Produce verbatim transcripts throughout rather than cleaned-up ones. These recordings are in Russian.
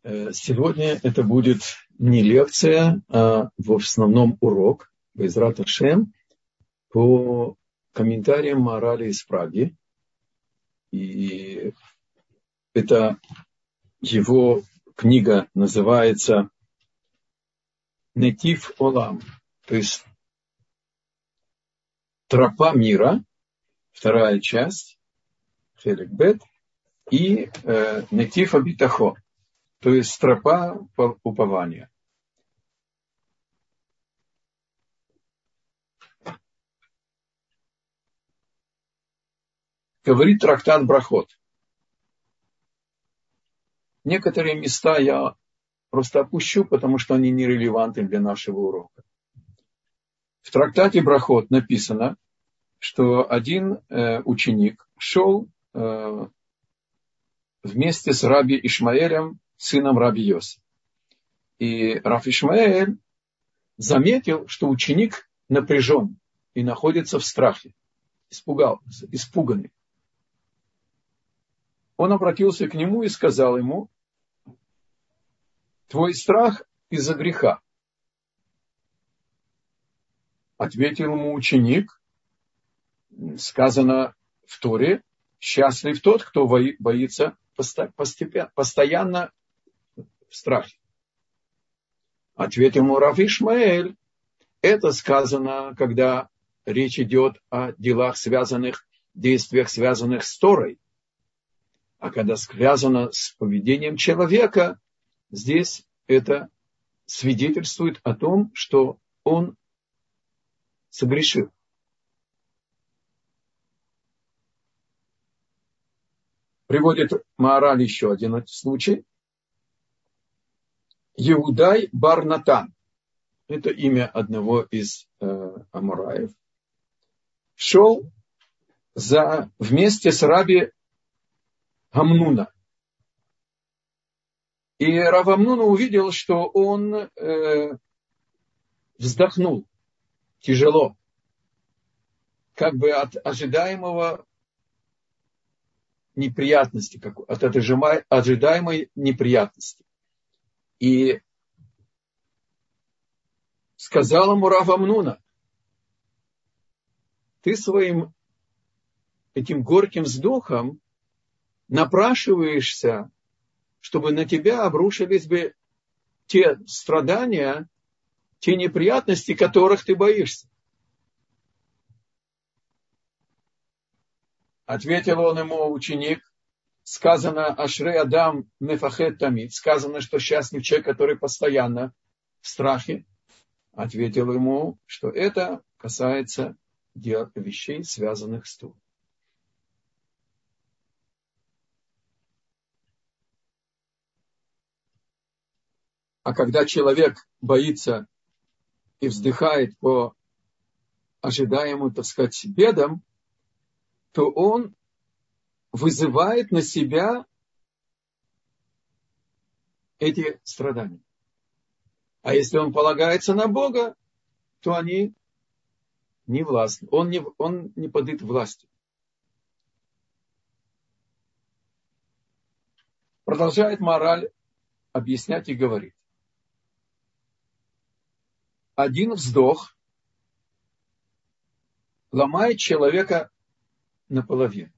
Сегодня это будет не лекция, а в основном урок Бе'эзрат Ашем по комментариям Маораля из Праги. И эта его книга называется «Нетив Олам», то есть «Тропа мира», вторая часть, Хелек Бет, и э, «Нетив Абитахо», то есть «Тропа упования». Говорит трактат Брахот. Некоторые места я просто опущу, потому что они нерелевантны для нашего урока. В трактате Брахот написано, что один э, ученик шел э, вместе с раби Ишмаэлем, сыном раби Йоси. И рав Ишмаэль заметил, что ученик напряжен и находится в страхе, испугался, испуганный. Он обратился к нему и сказал ему: «Твой страх из-за греха». Ответил ему ученик: сказано в Торе: счастлив тот, кто боится постепенно, постоянно в страхе. Ответил ему рав Ишмаэль: это сказано, когда речь идет о делах, связанных, действиях, связанных с Торой. А когда связано с поведением человека, здесь это свидетельствует о том, что он согрешил. Приводит Маораль еще один случай. Иудай бар Натан. Это имя одного из э, амураев. Шел за, вместе с раби Амнуна. И рав Амнуна увидел, что он э, вздохнул тяжело, как бы от ожидаемого неприятности, как от ожидаемой неприятности. И сказал ему рав Амнуна: ты своим этим горьким вздохом напрашиваешься, чтобы на тебя обрушились бы те страдания, те неприятности, которых ты боишься. Ответил он ему, ученик: сказано ашрей адам мефахет тамид, сказано, что счастлив человек, который постоянно в страхе. Ответил ему, что это касается вещей, связанных с Торой. А когда человек боится и вздыхает по ожидаемым, так сказать, бедам, то он вызывает на себя эти страдания. А если он полагается на Бога, то они не властны. Он не, он не под их властью. Продолжает Маораль объяснять и говорит. Один вздох ломает человека наполовину.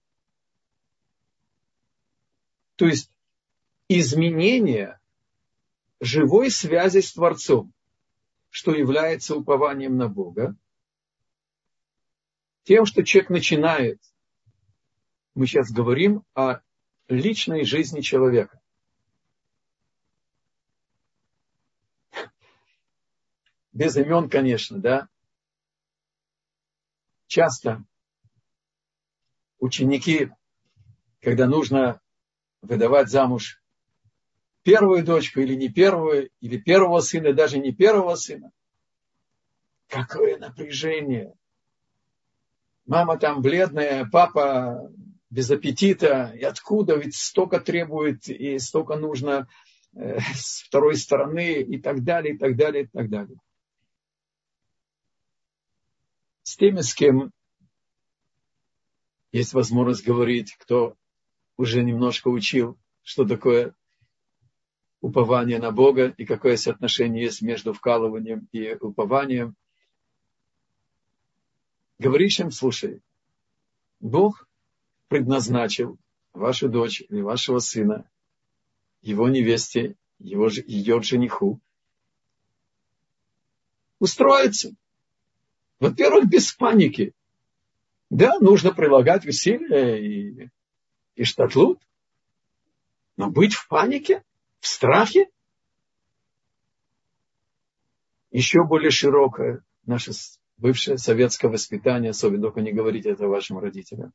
То есть изменение живой связи с Творцом, что является упованием на Бога, тем, что человек начинает, мы сейчас говорим о личной жизни человека. Без имен, конечно, да. Часто ученики, когда нужно выдавать замуж первую дочку или не первую, или первого сына, даже не первого сына, какое напряжение. Мама там бледная, папа без аппетита. И откуда? Ведь столько требует, и столько нужно э, с второй стороны, и так далее, и так далее, и так далее. С теми, с кем есть возможность говорить, кто уже немножко учил, что такое упование на Бога и какое соотношение есть между вкалыванием и упованием. Говоришь им, слушай, Бог предназначил вашу дочь или вашего сына, его невесте, его, ее жениху, устроиться. Во-первых, без паники. Да, нужно прилагать усилия и, и штатлут, но быть в панике, в страхе, еще более широкое наше бывшее советское воспитание, особенно только не говорите это вашим родителям.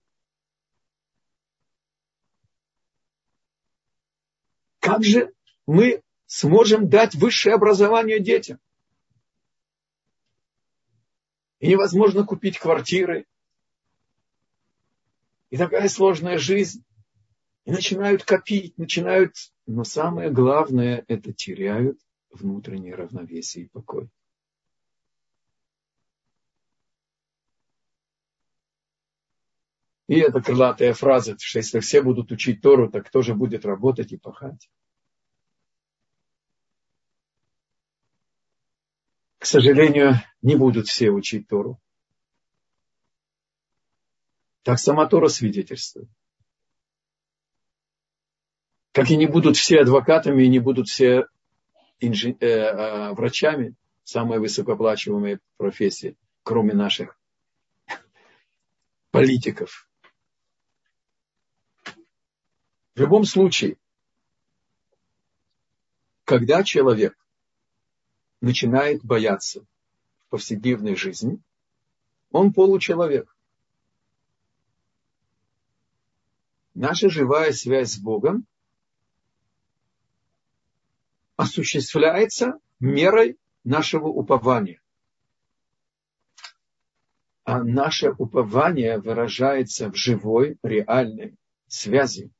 Как же мы сможем дать высшее образование детям? И невозможно купить квартиры. И такая сложная жизнь. И начинают копить, начинают... Но самое главное, это теряют внутреннее равновесие и покой. И эта крылатая фраза, что если все будут учить Тору, так кто же будет работать и пахать? К сожалению, не будут все учить Тору. Так сама Тора свидетельствует. Как и не будут все адвокатами, и не будут все инжи... э, э, врачами, самые высокооплачиваемые профессии, кроме наших политиков. В любом случае, когда человек начинает бояться в повседневной жизни, он получеловек. Наша живая связь с Богом осуществляется мерой нашего упования. А наше упование выражается в живой, реальной связи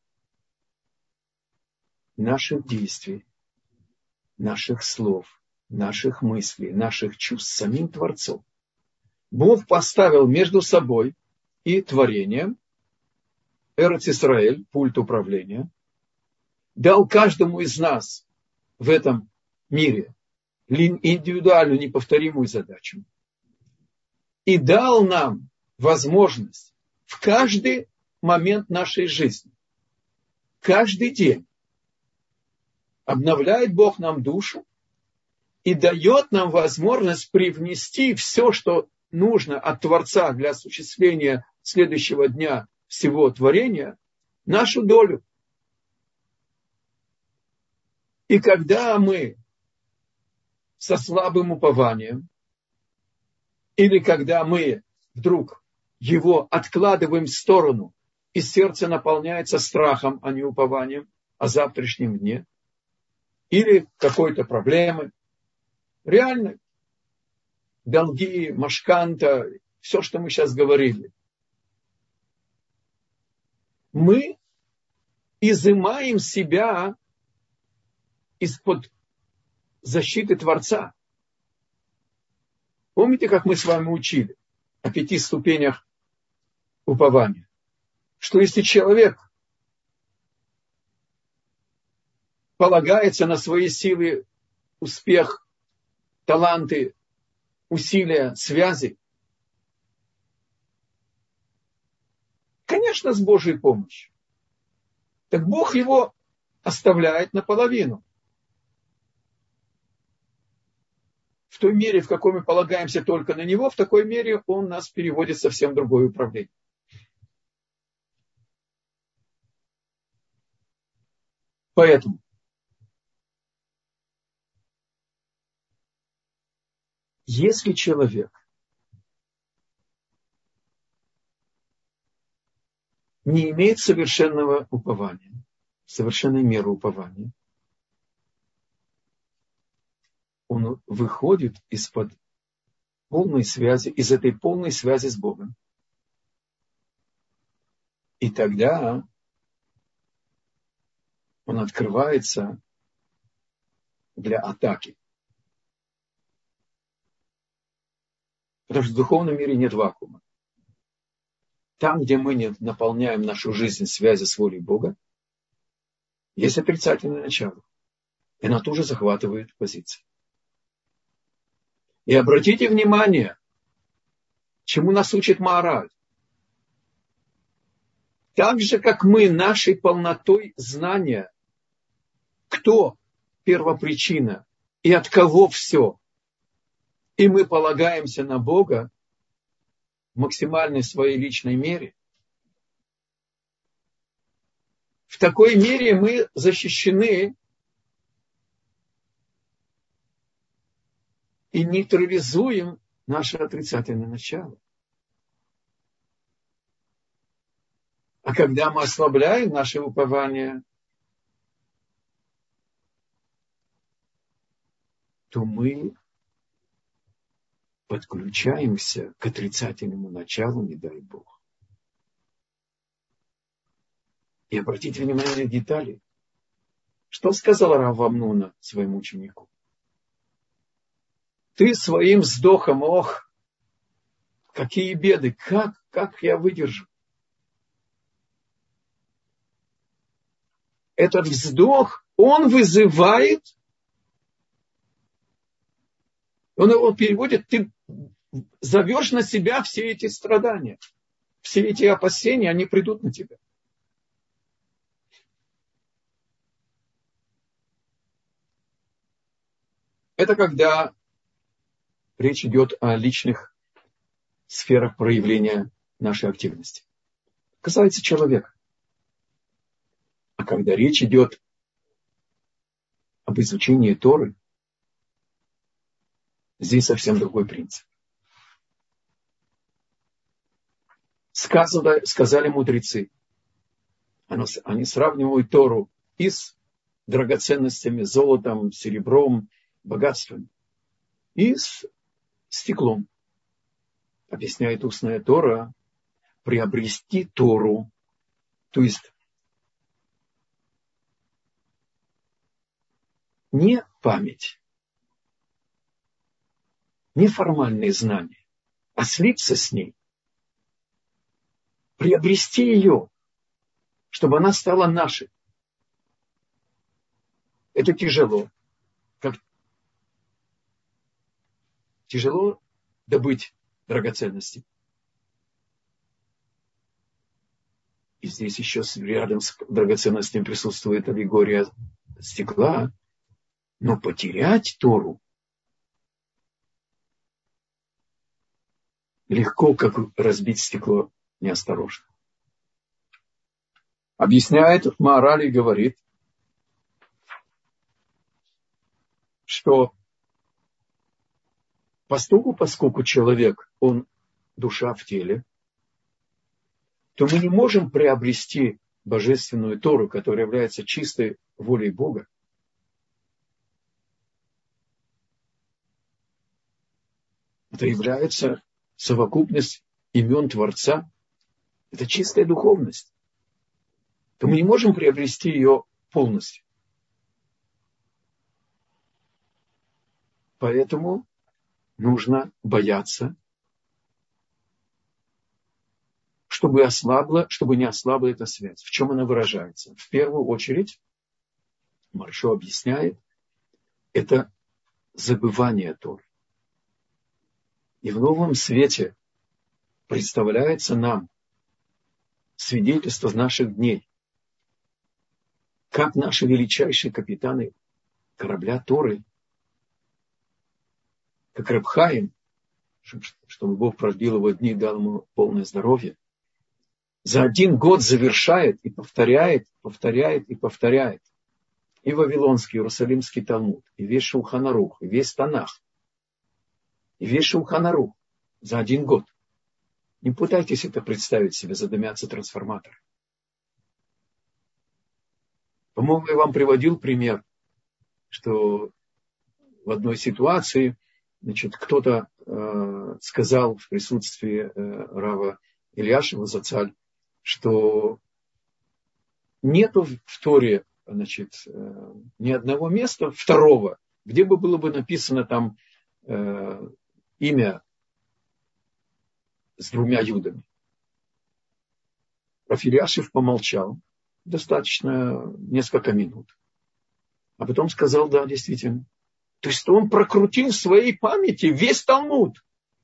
наших действий, наших слов, наших мыслей, наших чувств с самим Творцом. Бог поставил между собой и творением Эрец Исраэль, пульт управления, дал каждому из нас в этом мире индивидуальную неповторимую задачу и дал нам возможность в каждый момент нашей жизни, каждый день обновляет Бог нам душу и дает нам возможность привнести все, что нужно от Творца для осуществления следующего дня всего творения, нашу долю. И когда мы со слабым упованием, или когда мы вдруг его откладываем в сторону, и сердце наполняется страхом, а не упованием о завтрашнем дне, или какой-то проблемы, реально, долги, машканта, все, что мы сейчас говорили, мы изымаем себя из-под защиты Творца. Помните, как мы с вами учили о пяти ступенях упования? Что если человек полагается на свои силы, успех, таланты, усилия, связи, конечно, с Божьей помощью, так Бог его оставляет наполовину. В той мере, в какой мы полагаемся только на Него, в такой мере Он нас переводит в совсем другое управление. Поэтому если человек не имеет совершенного упования, совершенной меры упования, он выходит из-под полной связи, из этой полной связи с Богом. И тогда он открывается для атаки. Потому что в духовном мире нет вакуума. Там, где мы не наполняем нашу жизнь связи с волей Бога, есть отрицательное начало. И она тоже захватывает позиции. И обратите внимание, чему нас учит Маораль. Так же, как мы нашей полнотой знания, кто первопричина и от кого все, и мы полагаемся на Бога в максимальной своей личной мере, в такой мере мы защищены и нейтрализуем наше отрицательное начало. А когда мы ослабляем наше упование, то мы подключаемся к отрицательному началу, не дай Бог. И обратите внимание на детали. Что сказал Рав Амнуна своему ученику? Ты своим вздохом, ох, какие беды, как, как я выдержу? Этот вздох, он вызывает, он его переводит, ты зовешь на себя все эти страдания, все эти опасения, они придут на тебя. Это когда речь идет о личных сферах проявления нашей активности. Касается человека. А когда речь идет об изучении Торы, здесь совсем другой принцип. Сказали, сказали мудрецы, они сравнивают Тору и с драгоценностями, золотом, серебром, богатствами, и с стеклом. Объясняет устная Тора, приобрести Тору, то есть не память, не формальные знания, а слиться с ней, приобрести ее, чтобы она стала нашей. Это тяжело. Как тяжело добыть драгоценности. И здесь еще рядом с драгоценностями присутствует аллегория стекла. Но потерять Тору легко, как разбить стекло неосторожно. Объясняет Маораль и говорит, что поскольку, поскольку человек, он душа в теле, то мы не можем приобрести божественную Тору, которая является чистой волей Бога. Это является совокупность имен Творца. Это чистая духовность. То мы не можем приобрести ее полностью. Поэтому нужно бояться, чтобы ослабла, чтобы не ослабла эта связь. В чем она выражается? В первую очередь, Маршо объясняет, это забывание Торы. И в новом свете представляется нам свидетельство наших дней, как наши величайшие капитаны корабля Торы, как Реб Хаим, чтобы Бог продлил его дни и дал ему полное здоровье, за один год завершает и повторяет, повторяет и повторяет и Вавилонский, Иерусалимский Талмуд, и весь Шулхан Арух, и весь Танах, и весь Шулхан Арух за один год. Не пытайтесь это представить себе, задымятся трансформаторы. По-моему, я вам приводил пример, что в одной ситуации, значит, кто-то э, сказал в присутствии э, рава Ильяшева Зацаль, что нету в Торе, значит, э, ни одного места второго, где бы было бы написано там э, имя с двумя юдами. Рав Ильяшев помолчал достаточно несколько минут. А потом сказал, да, действительно. То есть он прокрутил в своей памяти весь Талмуд.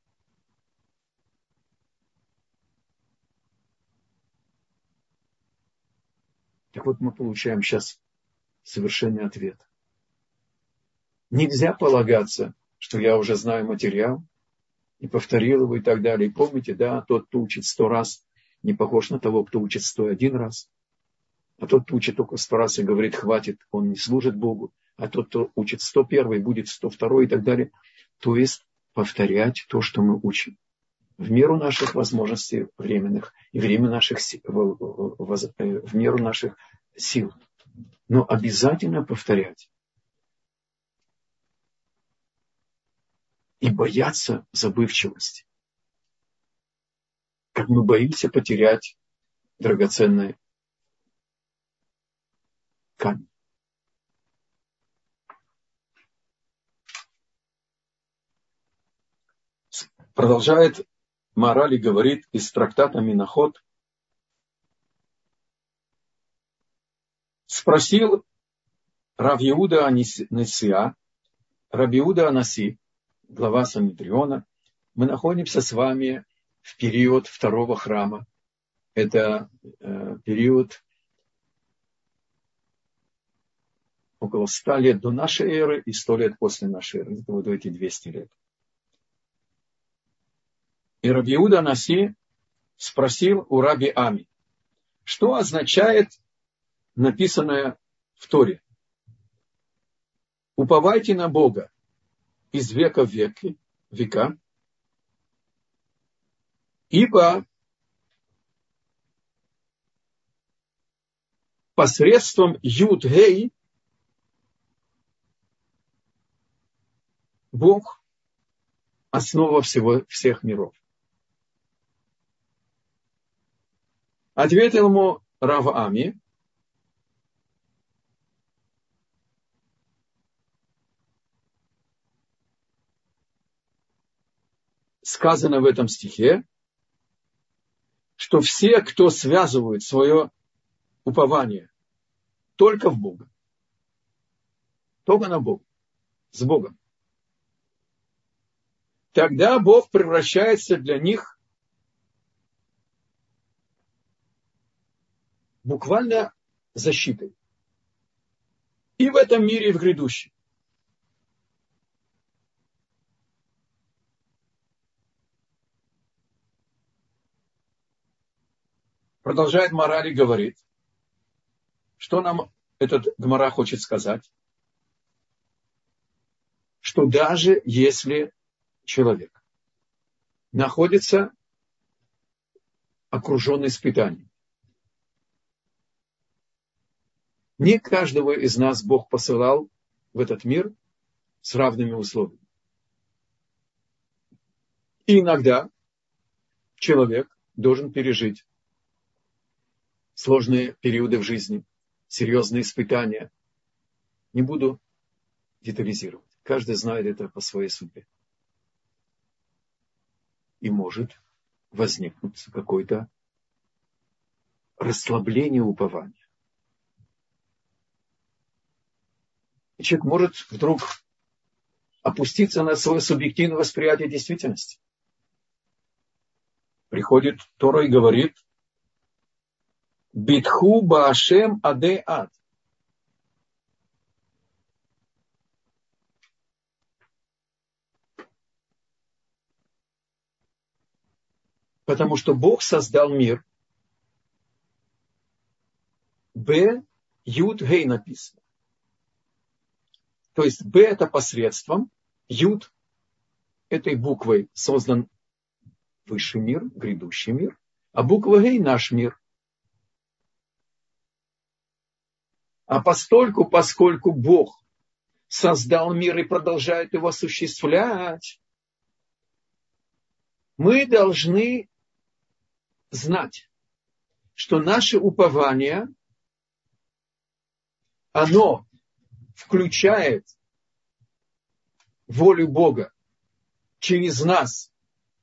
Так вот мы получаем сейчас совершенный ответ. Нельзя полагаться, что я уже знаю материал, и повторил его и так далее. И помните, да, тот, кто учит сто раз, не похож на того, кто учит сто один раз. А тот, кто учит только сто раз и говорит, хватит, он не служит Богу. А тот, кто учит сто первый, будет сто второй и так далее. То есть повторять то, что мы учим. В меру наших возможностей временных и время наших, в меру наших сил. Но обязательно повторять. И бояться забывчивости. Как мы боимся потерять драгоценные камни. Продолжает Маораль и говорит из трактата Минохот. Спросил Рав Иуда Несия, Рав Иуда Анаси, глава Санедриона, мы находимся с вами в период второго храма. Это э, период около ста лет до нашей эры и сто лет после нашей эры. Это вот эти двести лет. И Рав Иуда Анаси спросил у Раби Ами, что означает написанное в Торе. Уповайте на Бога из века в веки, века, ибо посредством Юд-Гей Бог основа всего, всех миров. Ответил ему Рав Ами, сказано в этом стихе, что все, кто связывают свое упование только в Бога, только на Бога, с Богом, тогда Бог превращается для них буквально защитой. И в этом мире, и в грядущем. Продолжает Маораль и говорит, что нам этот Гмара хочет сказать, что даже если человек находится окружен испытанием, не каждого из нас Бог посылал в этот мир с равными условиями. И иногда человек должен пережить сложные периоды в жизни, серьезные испытания. Не буду детализировать. Каждый знает это по своей судьбе. И может возникнуть какое-то расслабление упования. И человек может вдруг опуститься на свое субъективное восприятие действительности. Приходит Тора и говорит, «Битху баашем аде ад». Потому что Бог создал мир. Б, Юд, Гей написано. То есть Б это посредством, Юд этой буквой создан высший мир, грядущий мир, а буква Гей наш мир. А постольку, поскольку Бог создал мир и продолжает его осуществлять, мы должны знать, что наше упование, оно включает волю Бога через нас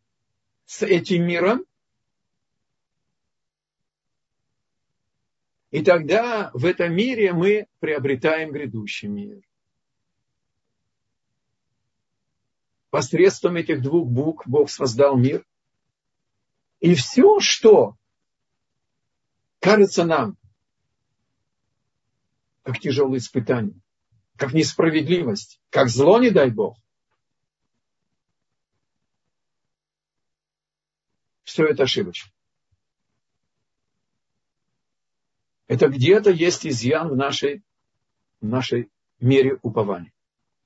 с этим миром, И тогда в этом мире мы приобретаем грядущий мир. Посредством этих двух букв Бог создал мир. И все, что кажется нам как тяжелые испытания, как несправедливость, как зло, не дай Бог, все это ошибочно. Это где-то есть изъян в нашей, в нашей мере упования.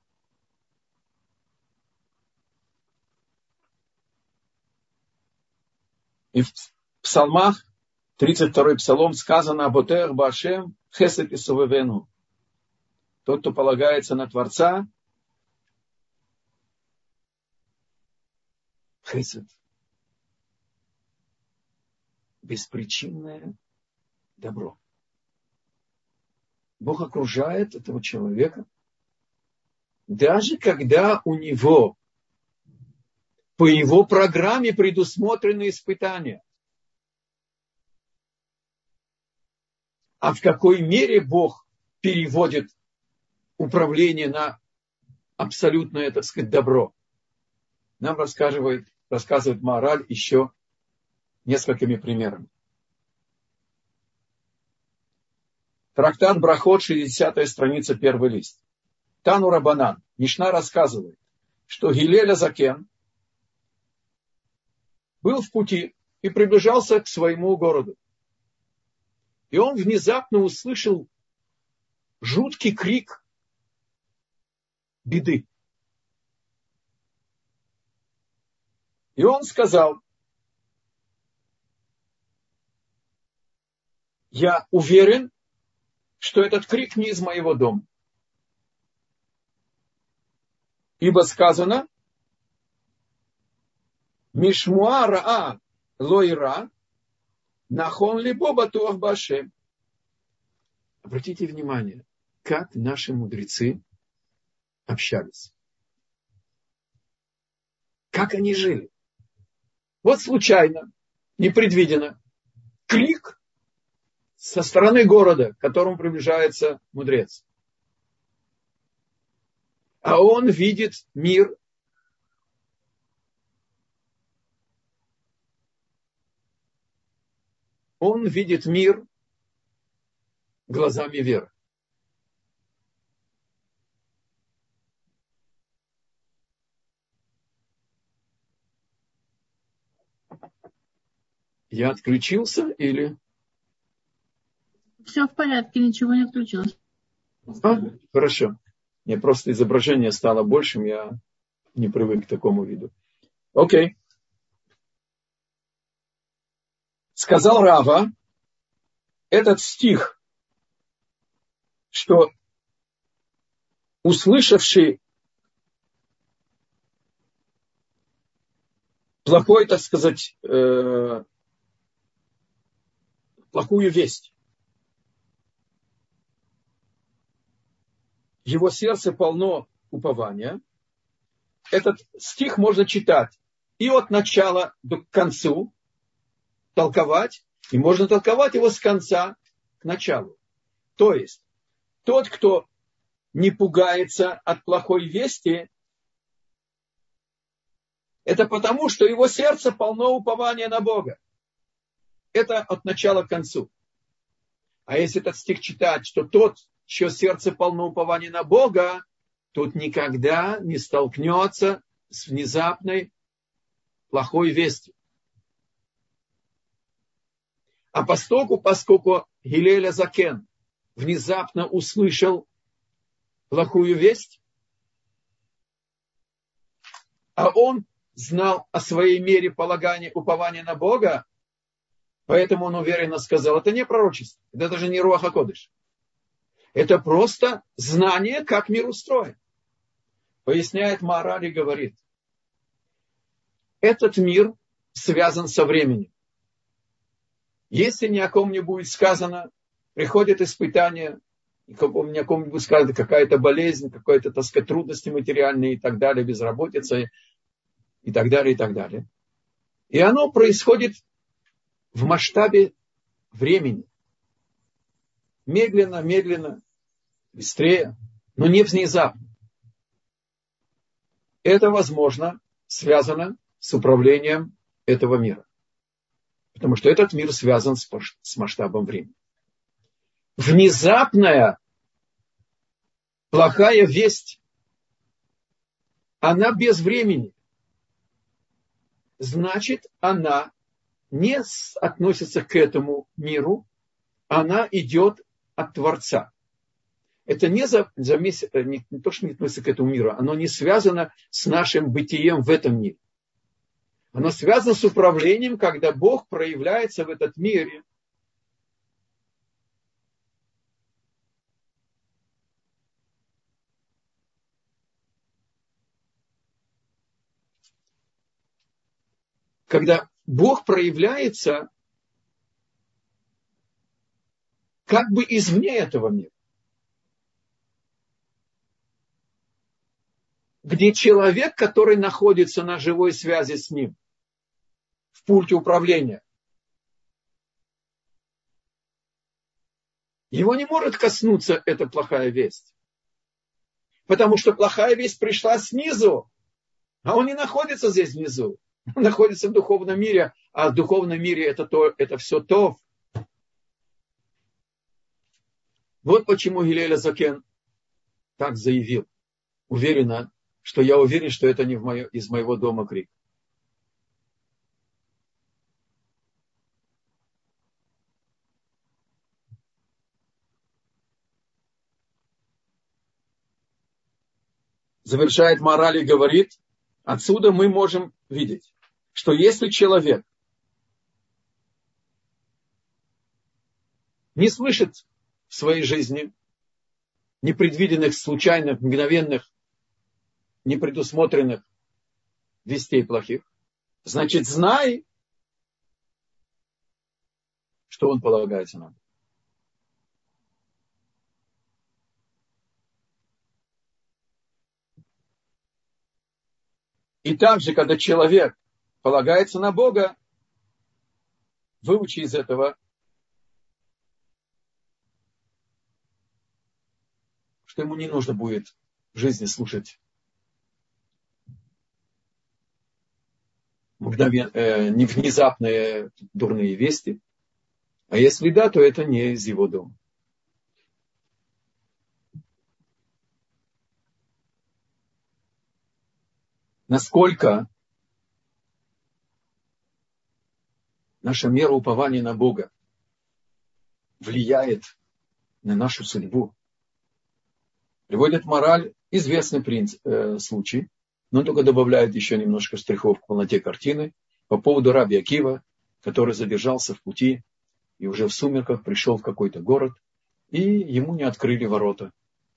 И в псалмах, тридцать второй псалом, сказано «Аботех башем хесед и совевену». Тот, кто полагается на Творца, хесед. Беспричинное добро. Бог окружает этого человека, даже когда у него по его программе предусмотрены испытания. А в какой мере Бог переводит управление на абсолютное, так сказать, добро, нам рассказывает, рассказывает Маораль еще несколькими примерами. Трактат Брахот, шестидесятая страница, первый лист. Тану Рабанан, Мишна рассказывает, что Гилель Азакен был в пути и приближался к своему городу. И он внезапно услышал жуткий крик беды. И он сказал: я уверен, что этот крик не из моего дома. Ибо сказано: Мишмуа раа лойра нахон либо батуах башем. Обратите внимание, как наши мудрецы общались. Как они жили. Вот случайно, непредвиденно, крик со стороны города, к которому приближается мудрец. А он видит мир. Он видит мир глазами веры. Я отключился или... Все в порядке, ничего не отключилось. А, хорошо. Мне просто изображение стало большим, я не привык к такому виду. Окей. Сказал Рава, этот стих, что услышавший плохой, так сказать, э, плохую весть, его сердце полно упования. Этот стих можно читать и от начала до к концу, толковать, и можно толковать его с конца к началу. То есть, тот, кто не пугается от плохой вести, это потому, что его сердце полно упования на Бога. Это от начала к концу. А если этот стих читать, что тот, чье сердце полно упования на Бога, тот никогда не столкнется с внезапной плохой вестью. А поскольку, поскольку Гилель Азакен внезапно услышал плохую весть, а он знал о своей мере полагания, упования на Бога, поэтому он уверенно сказал, это не пророчество, это даже не Руах ха-Кодеш. Это просто знание, как мир устроен. Поясняет Маораль и говорит, этот мир связан со временем. Если ни о ком не будет сказано, приходят испытания, ни о ком не будет сказано какая-то болезнь, какая-то, так сказать, трудности материальные и так далее, безработица и так далее, и так далее. И оно происходит в масштабе времени. Медленно, медленно, быстрее, но не внезапно. Это, возможно, связано с управлением этого мира. Потому что этот мир связан с масштабом времени. Внезапная плохая весть, она без времени. Значит, она не относится к этому миру, она идет от Творца. Это не, за, за, не, не то, что не относится к этому миру, оно не связано с нашим бытием в этом мире. Оно связано с управлением, когда Бог проявляется в этот мире. Когда Бог проявляется как бы извне этого мира. Где человек, который находится на живой связи с ним, в пульте управления, его не может коснуться эта плохая весть. Потому что плохая весть пришла снизу, а он не находится здесь внизу. Он находится в духовном мире, а в духовном мире это, то, это все то. Вот почему Гилель Азакен так заявил, уверенно, что я уверен, что это не в мое, из моего дома крик. Завершает мораль и говорит, отсюда мы можем видеть, что если человек не слышит в своей жизни непредвиденных, случайных, мгновенных, непредусмотренных вестей плохих, значит, знай, что он полагается нам. И также, когда человек полагается на Бога, выучи из этого, что ему не нужно будет в жизни слушать мгновен, э, не внезапные дурные вести. А если да, то это не из его дома. Насколько наша мера упования на Бога влияет на нашу судьбу. Приводит мораль известный принцип, э, случай, но только добавляет еще немножко штрихов к полноте картины по поводу раби Акива, который задержался в пути и уже в сумерках пришел в какой-то город, и ему не открыли ворота.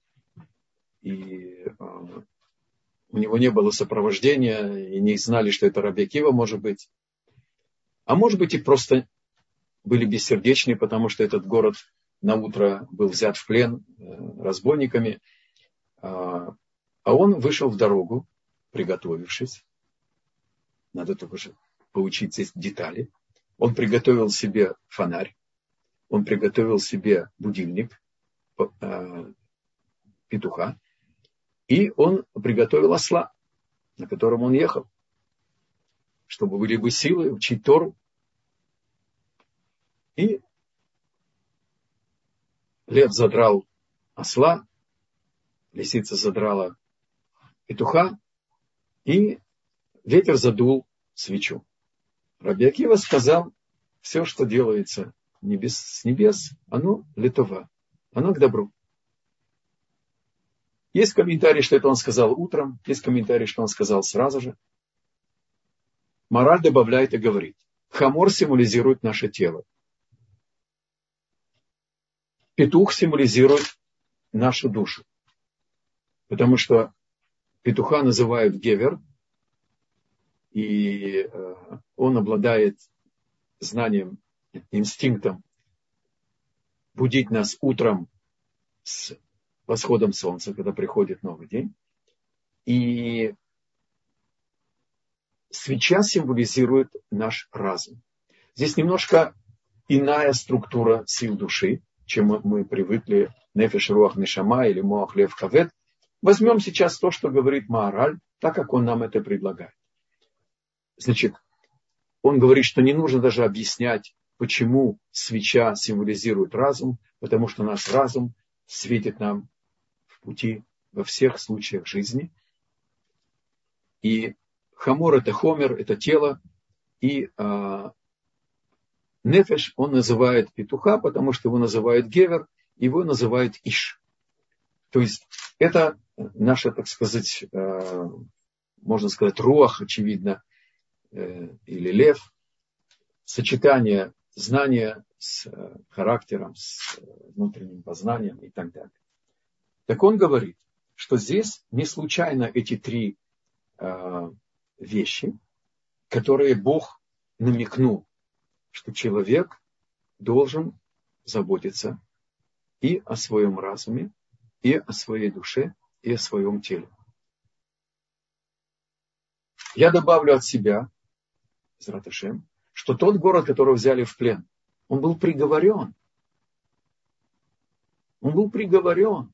И э, у него не было сопровождения, и не знали, что это раби Акива может быть. А может быть и просто были бессердечны, потому что этот город на утро был взят в плен э, разбойниками. А он вышел в дорогу, приготовившись. Надо только же поучить здесь детали. Он приготовил себе фонарь. Он приготовил себе будильник, петуха. И он приготовил осла, на котором он ехал. Чтобы были бы силы учить Тору. И лев задрал осла. Лисица задрала петуха, и ветер задул свечу. Раби Акива сказал, все, что делается небес, с небес, оно литова, оно к добру. Есть комментарий, что это он сказал утром, есть комментарий, что он сказал сразу же. Мораль добавляет и говорит, хамор символизирует наше тело. Петух символизирует нашу душу. Потому что петуха называют гевер, и он обладает знанием, инстинктом будить нас утром с восходом солнца, когда приходит новый день. И свеча символизирует наш разум. Здесь немножко иная структура сил души, чем мы привыкли, нефеш руах нешама или моах лев кавед. Возьмем сейчас то, что говорит Маораль, так как он нам это предлагает. Значит, он говорит, что не нужно даже объяснять, почему свеча символизирует разум, потому что наш разум светит нам в пути во всех случаях жизни. И хамор – это хомер, это тело, и а, нефеш он называет петуха, потому что его называют гевер, его называют иш. То есть это наша, так сказать, а, можно сказать, руах, очевидно, э, или лев, сочетание знания с э, характером, с э, внутренним познанием и так далее. Так он говорит, что здесь не случайно эти три э, вещи, которые Бог намекнул, что человек должен заботиться и о своем разуме, и о своей душе, и о своем теле. Я добавлю от себя, Израт Ашем, что тот город, который взяли в плен, он был приговорен. Он был приговорен.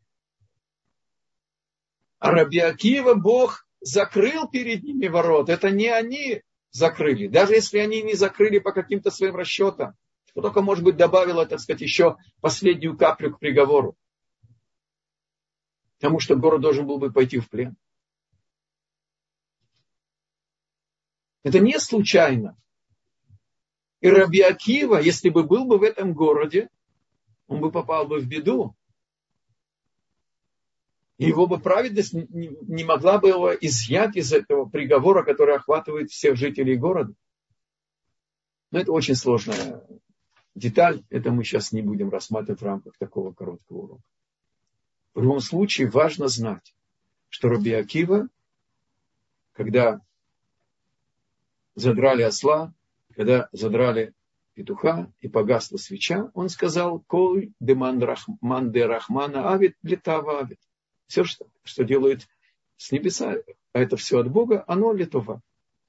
А Раби Акива Бог закрыл перед ними ворот. Это не они закрыли. Даже если они не закрыли по каким-то своим расчетам. Что только, может быть, добавило, так сказать, еще последнюю каплю к приговору. Потому что город должен был бы пойти в плен. Это не случайно. И Раби Акива, если бы был бы в этом городе, он бы попал бы в беду. И его бы праведность не могла бы его изъять из этого приговора, который охватывает всех жителей города. Но это очень сложная деталь. Это мы сейчас не будем рассматривать в рамках такого короткого урока. В любом случае важно знать, что Раби Акива, когда задрали осла, когда задрали петуха и погасла свеча, он сказал: «Коль деман де рахмана авит летава авит». Все, что, что делают с небеса, а это все от Бога, оно летова.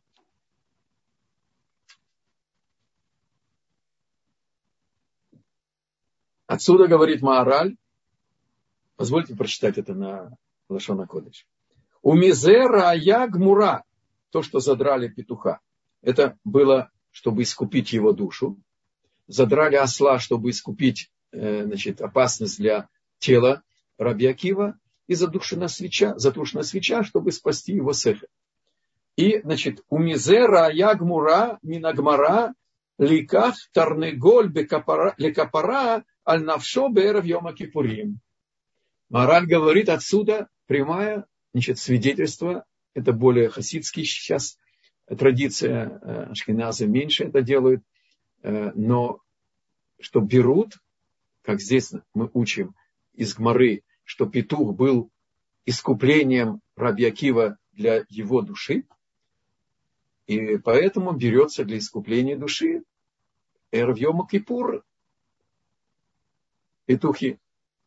Отсюда говорит Маораль, позвольте прочитать это на лашон а-кодеш. «Умизе рая гмура», то, что задрали петуха, это было, чтобы искупить его душу. Задрали осла, чтобы искупить э, значит, опасность для тела Раби Акива. И задушена свеча, затушена свеча, чтобы спасти его сехер. И, значит, умизе рая гмура минагмара ликах тарнеголь лекапара аль навшо беэров йома кипурим. Маораль говорит отсюда прямое, значит, свидетельство. Это более хасидский сейчас традиция, ашкеназы меньше это делают, но что берут, как здесь мы учим из Гмары, что петух был искуплением Раби Акива для его души, и поэтому берется для искупления души эрев йома кипур петухи.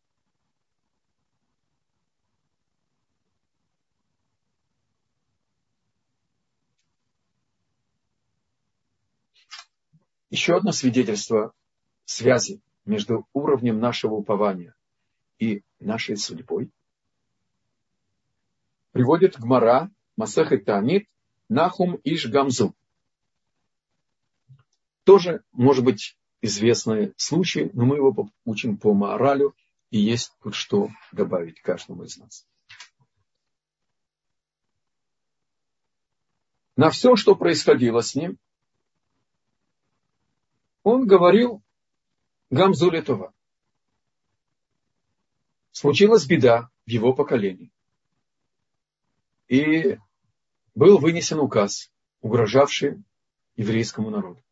Еще одно свидетельство связи между уровнем нашего упования и нашей судьбой приводит Гмара Масехет Таанит Нахум иш Гамзу. Тоже, может быть, известный случай, но мы его учим по Маоралю, и есть тут что добавить каждому из нас. На все, что происходило с ним, он говорил Гамзу летова. Случилась беда в его поколении. И был вынесен указ, угрожавший еврейскому народу.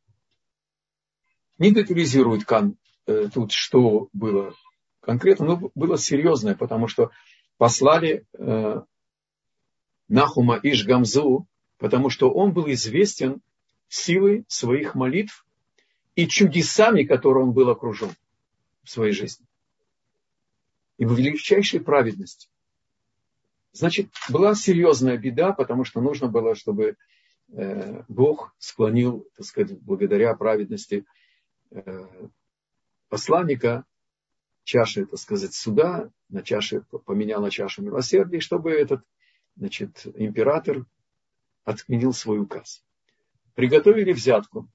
Не детализирует Кан э, тут, что было конкретно, но было серьезное, потому что послали э, Нахума иш Гамзу, потому что он был известен силой своих молитв и чудесами, которыми он был окружен в своей жизни. И в величайшей праведности. Значит, была серьезная беда, потому что нужно было, чтобы э, Бог склонил, так сказать, благодаря праведности э, посланника чаше, так сказать, суда, на чаше, поменял на чашу милосердия, чтобы этот, значит, император отменил свой указ. Приготовили взятку.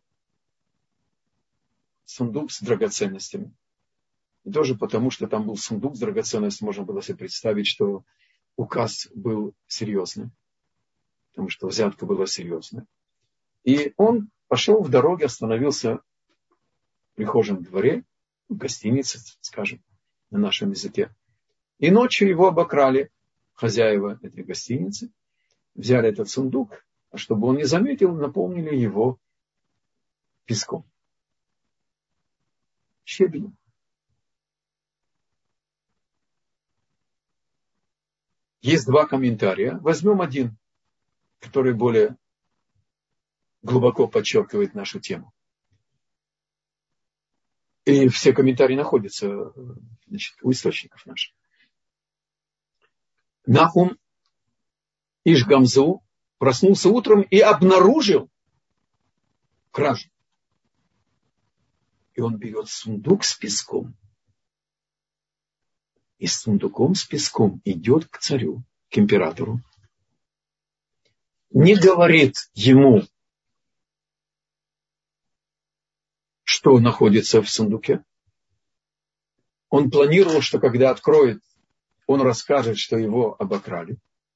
Сундук с драгоценностями. И тоже потому, что там был сундук с драгоценностями, можно было себе представить, что указ был серьезный. Потому что взятка была серьезная. И он пошел в дороге, остановился в прихожем дворе, в гостинице, скажем, на нашем языке. И ночью его обокрали хозяева этой гостиницы, взяли этот сундук, а чтобы он не заметил, наполнили его песком. Щебенем. Есть два комментария. Возьмем один, который более глубоко подчеркивает нашу тему. И все комментарии находятся, значит, у источников наших. Нахум иш Гамзу проснулся утром и обнаружил кражу. И он берет сундук с песком. И с сундуком с песком идет к царю, к императору. Не говорит ему, что находится в сундуке. Он планировал, что когда откроет, он расскажет, что его обокрали.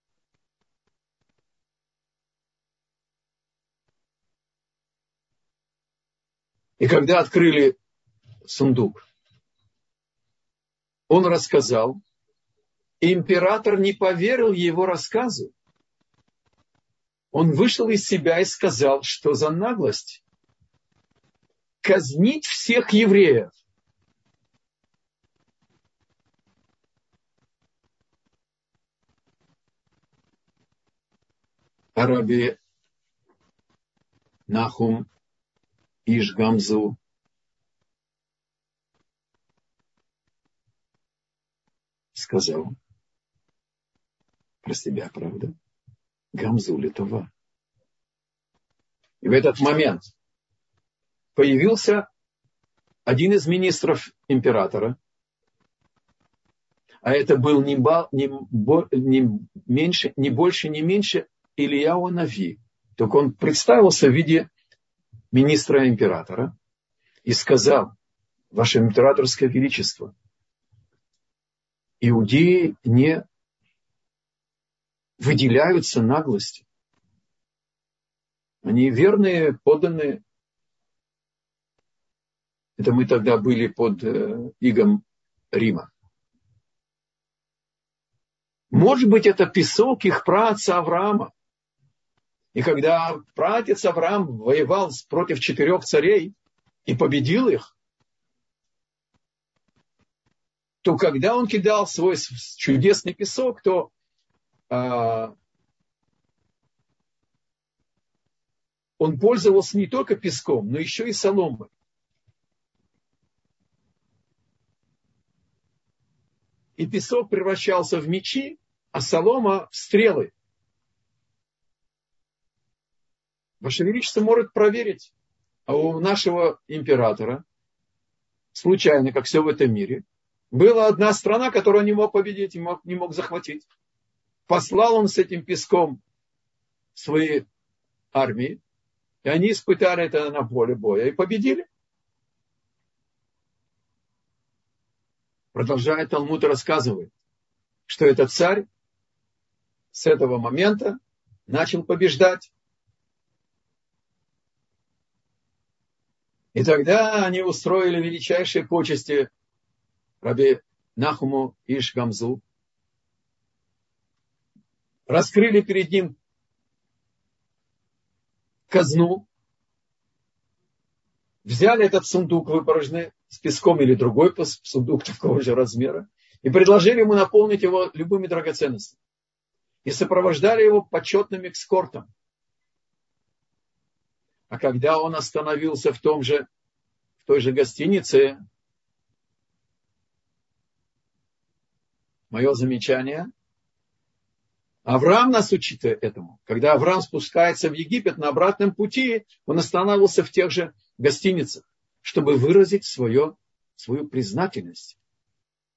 И когда открыли сундук, он рассказал, и император не поверил его рассказу. Он вышел из себя и сказал, что за наглость казнить всех евреев. А раби Нахум иш Гамзу сказал про себя, правда? Гамзу литова. И в этот момент появился один из министров императора, а это был не, ба, не, не, меньше, не больше, не меньше Ильяу Нави. Только он представился в виде министра императора и сказал: Ваше императорское величество, иудеи не выделяются наглостью. Они верные, подданные. Это мы тогда были под э, игом Рима. Может быть, это песок их праотца Авраама. И когда праотец Авраам воевал против четырех царей и победил их, то когда он кидал свой чудесный песок, то а, он пользовался не только песком, но еще и соломой. И песок превращался в мечи, а солома в стрелы. Ваше Величество может проверить, а у нашего императора, случайно, как все в этом мире, была одна страна, которую он не мог победить, не мог, не мог захватить. Послал он с этим песком свои армии, и они испытали это на поле боя и победили. Продолжает Талмуд, рассказывает, что этот царь с этого момента начал побеждать. И тогда они устроили величайшие почести раби Нахуму иш Гамзу. Раскрыли перед ним казну. Взяли этот сундук выпорожный с песком или другой сундук такого же размера и предложили ему наполнить его любыми драгоценностями. И сопровождали его почетным эскортом. А когда он остановился в, том же, в той же гостинице, мое замечание, Авраам нас учит этому. Когда Авраам спускается в Египет на обратном пути, он останавливался в тех же гостиницах, чтобы выразить свое, свою признательность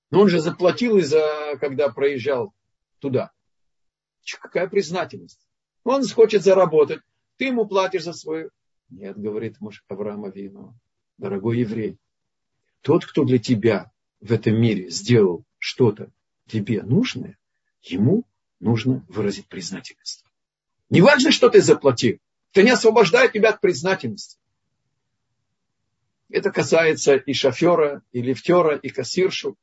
Но он же заплатил, из-за, когда проезжал туда. Какая признательность? Он хочет заработать. Ты ему платишь за свою. Нет, говорит муж Авраама Авину, дорогой еврей, тот, кто для тебя в этом мире сделал что-то тебе нужное, ему нужно выразить признательность. Не важно, что ты заплатил. Это не освобождает тебя от признательности. Это касается и шофера, и лифтера, и кассиршу,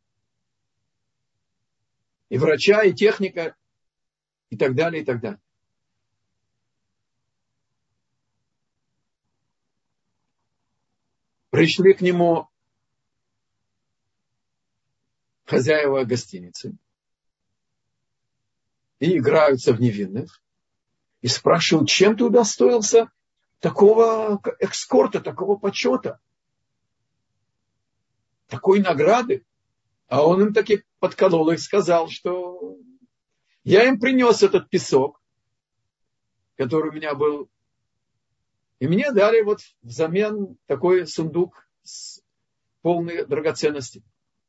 и врача, и техника, и так далее, и так далее. Пришли к нему хозяева гостиницы и играются в невинных, и спрашивают, чем ты удостоился такого эскорта, такого почета, такой награды. А он им таки подколол их, сказал, что я им принес этот песок, который у меня был, и мне дали вот взамен такой сундук с полной драгоценностей.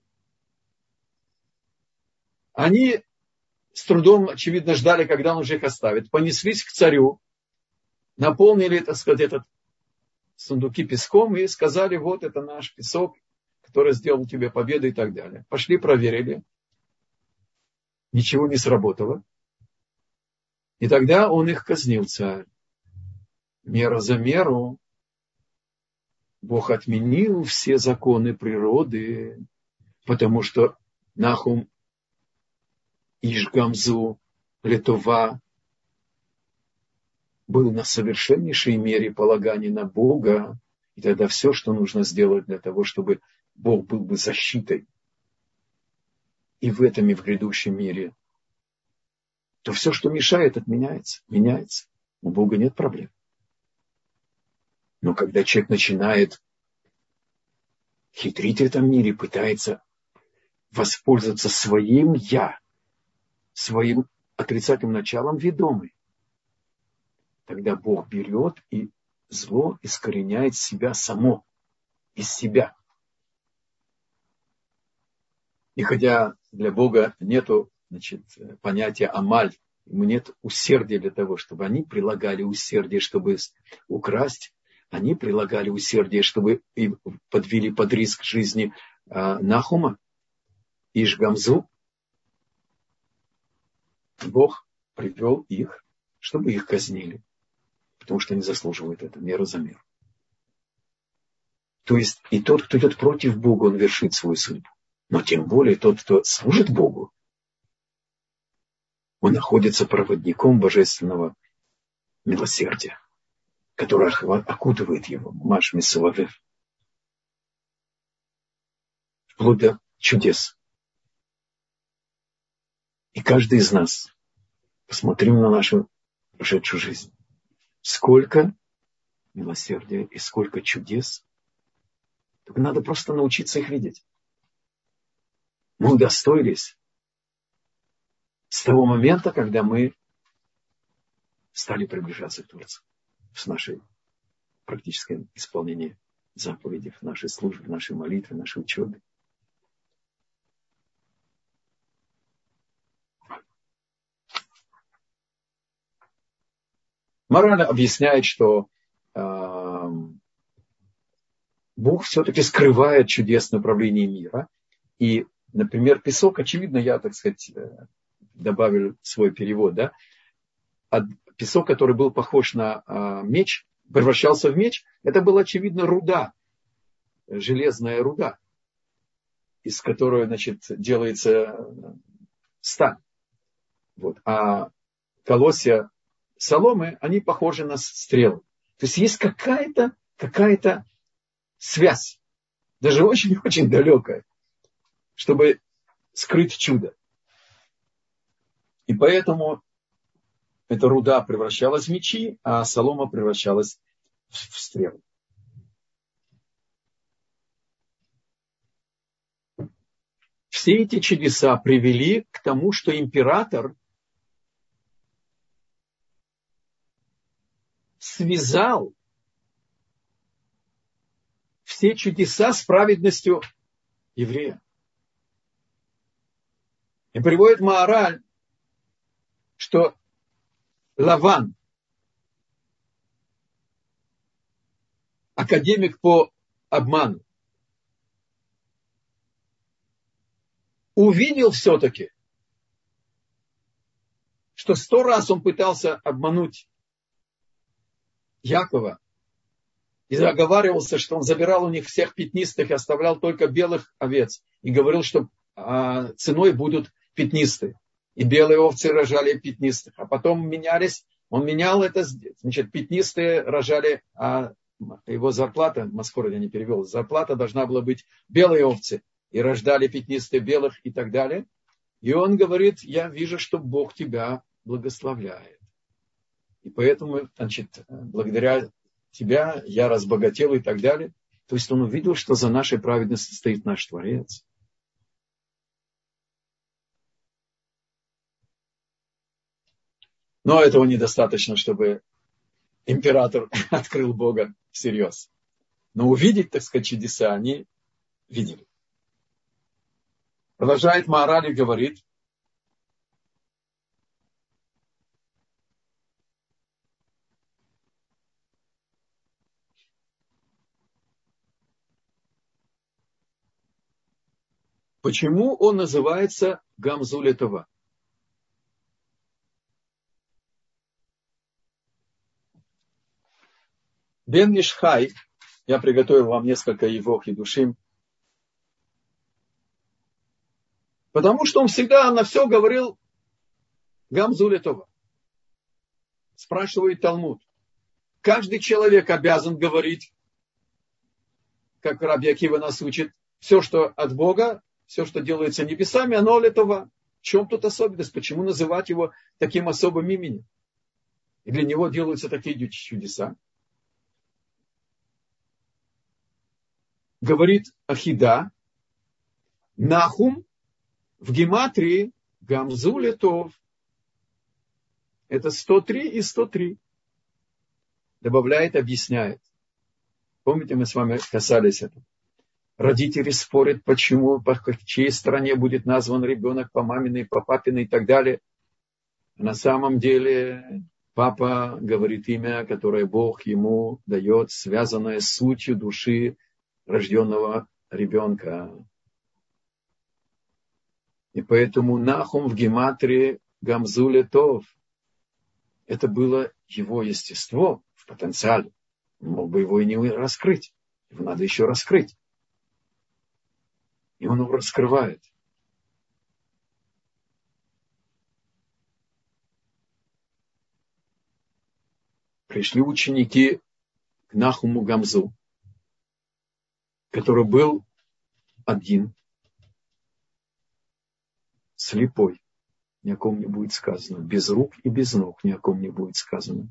Они с трудом, очевидно, ждали, когда он уже их оставит. Понеслись к царю, наполнили, так сказать, этот сундуки песком и сказали, вот это наш песок, который сделал тебе победу и так далее. Пошли, проверили. Ничего не сработало. И тогда он их казнил, царь. Мера за меру. Бог отменил все законы природы, потому что Нахум Ишгамзу Летова был на совершеннейшей мере полагания на Бога. И тогда все, что нужно сделать для того, чтобы Бог был бы защитой и в этом, и в грядущем мире, то все, что мешает, отменяется, меняется. У Бога нет проблем. Но когда человек начинает хитрить в этом мире, пытается воспользоваться своим «я», своим отрицательным началом ведомый, тогда Бог берет и зло искореняет себя само, из себя. И хотя для Бога нету, значит, понятия амаль, ему нет усердия для того, чтобы они прилагали усердие, чтобы украсть, они прилагали усердие, чтобы и подвели под риск жизни а, Нахума, Ишгамзу. Бог привел их, чтобы их казнили, потому что они заслуживают это, меру за меру. То есть и тот, кто идет против Бога, он вершит свою судьбу. Но тем более тот, кто служит Богу, он находится проводником божественного милосердия, которое окутывает его, Маш Мисулавев, вплоть до чудес. И каждый из нас, посмотрим на нашу прошедшую жизнь, сколько милосердия и сколько чудес, только надо просто научиться их видеть. Мы удостоились с того момента, когда мы стали приближаться к Творцу в нашей практическом исполнении заповедей, в нашей службе, в нашей молитве, в нашей учебе. Мораль объясняет, что э, Бог все-таки скрывает чудесное управление мира. И, например, песок, очевидно, я, так сказать, добавил свой перевод, да, песок, который был похож на э, меч, превращался в меч, это была, очевидно, руда, железная руда, из которой, значит, делается сталь. Вот. А колосья соломы, они похожи на стрелы. То есть есть какая-то, какая-то связь, даже очень-очень далекая, чтобы скрыть чудо. И поэтому эта руда превращалась в мечи, а солома превращалась в стрелы. Все эти чудеса привели к тому, что император связал все чудеса с праведностью еврея. И приводит Маораль, что Лаван, академик по обману, увидел все-таки, что сто раз он пытался обмануть Якова и заговаривался, что он забирал у них всех пятнистых и оставлял только белых овец. И говорил, что а, ценой будут пятнистые. И белые овцы рожали пятнистых. А потом менялись, он менял это, значит, пятнистые рожали, а его зарплата, Маскород я не перевел, зарплата должна была быть белые овцы. И рождали пятнистые белых и так далее. И он говорит, я вижу, что Бог тебя благословляет. И поэтому, значит, благодаря тебя я разбогател и так далее. То есть он увидел, что за нашей праведностью стоит наш Творец. Но этого недостаточно, чтобы император открыл Бога всерьез. Но увидеть, так сказать, чудеса они видели. Продолжает Маораль и говорит, почему он называется Гамзуль Това? Бен Ишхай, я приготовил вам несколько его хидушим, потому что он всегда на все говорил Гамзуль Това. Спрашивает Талмуд. Каждый человек обязан говорить, как Раби Акива нас учит, все, что от Бога, все, что делается небесами, оно летова. В чем тут особенность? Почему называть его таким особым именем? И для него делаются такие чудеса. Говорит Ахида, Нахум в гематрии Гамзу летов. Это сто три и сто три. Добавляет, объясняет. Помните, мы с вами касались этого. Родители спорят, почему, по чьей стороне будет назван ребенок, по маминой, по папиной и так далее. На самом деле папа говорит имя, которое Бог ему дает, связанное с сутью души рожденного ребенка. И поэтому Нахум в гематрии Гамзу летов. Это было его естество в потенциале. Он мог бы его и не раскрыть. Его надо еще раскрыть. И он его раскрывает. Пришли ученики к Нахуму Гамзу, который был один, слепой. Ни о ком не будет сказано. Без рук и без ног ни о ком не будет сказано.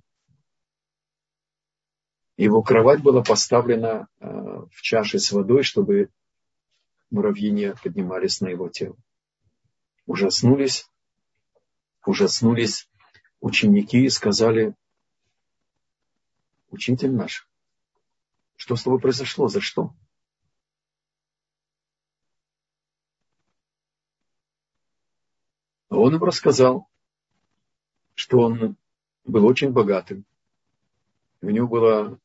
Его кровать была поставлена в чаше с водой, чтобы муравьи не поднимались на его тело. Ужаснулись, ужаснулись ученики и сказали: учитель наш, что с тобой произошло, за что? А он им рассказал, что он был очень богатым. У него было